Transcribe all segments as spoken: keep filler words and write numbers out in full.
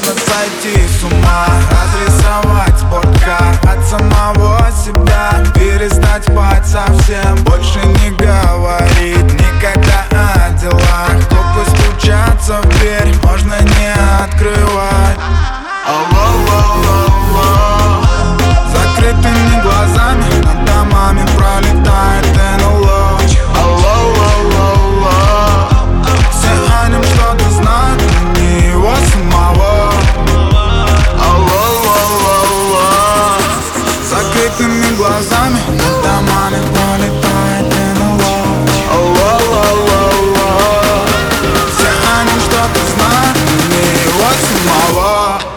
можно сойти с ума, разрисовать спорткар от самого себя, перестать спать совсем, больше не говорить никогда о делах. Глупо стучаться в дверь, можно не открывать. Алло-ло-ло-ло, закрытыми глазами над домами пролетает эн эл о. Алло-ло-ло-ло, все о нем что-то знают, но не его самого. Алло-ло-ло-ло, закрытыми глазами над домами пролетает эн эл о. Алло-ло-ло-ло, все о нем что-то знают, но не его самого.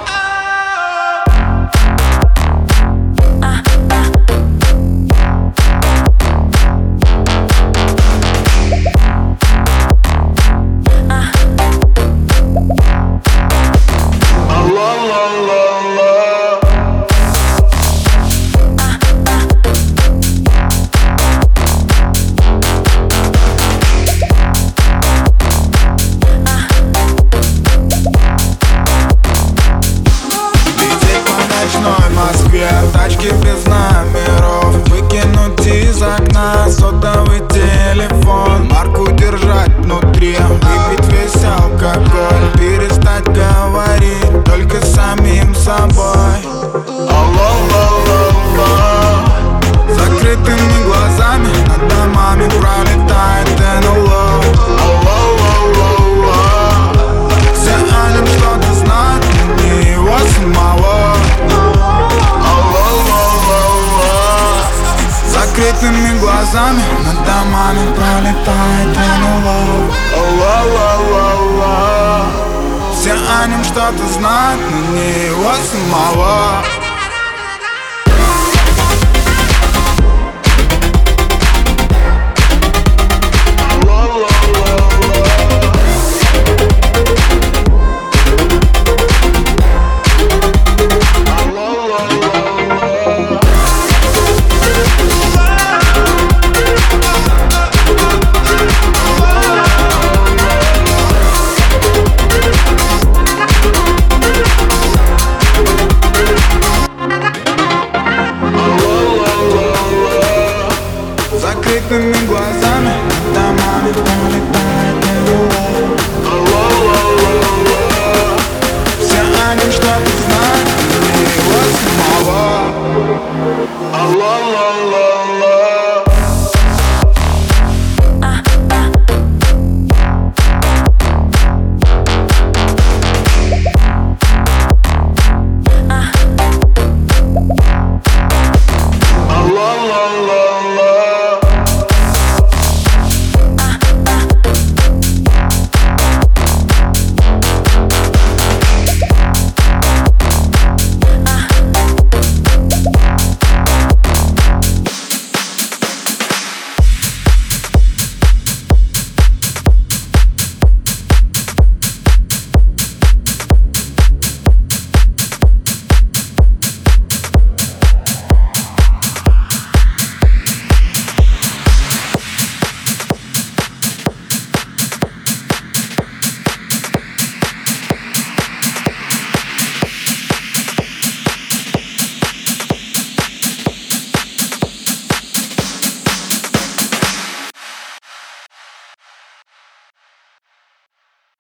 В тачке без номеров, выкинуть из окна сотовый телефон, марку держать внутри, выпить весь алкоголь, перестать говорить только с самим собой. Алло-ло-ло-ло, закрытыми глазами над домами пролетает эн эл о. Алло-ло-ло-ло, все о нем что-то знают, но не его самого. Закрытыми глазами над домами пролетает эн эл о. Алло-ло-ло-ло, все о нем что-то знают, но не его самого.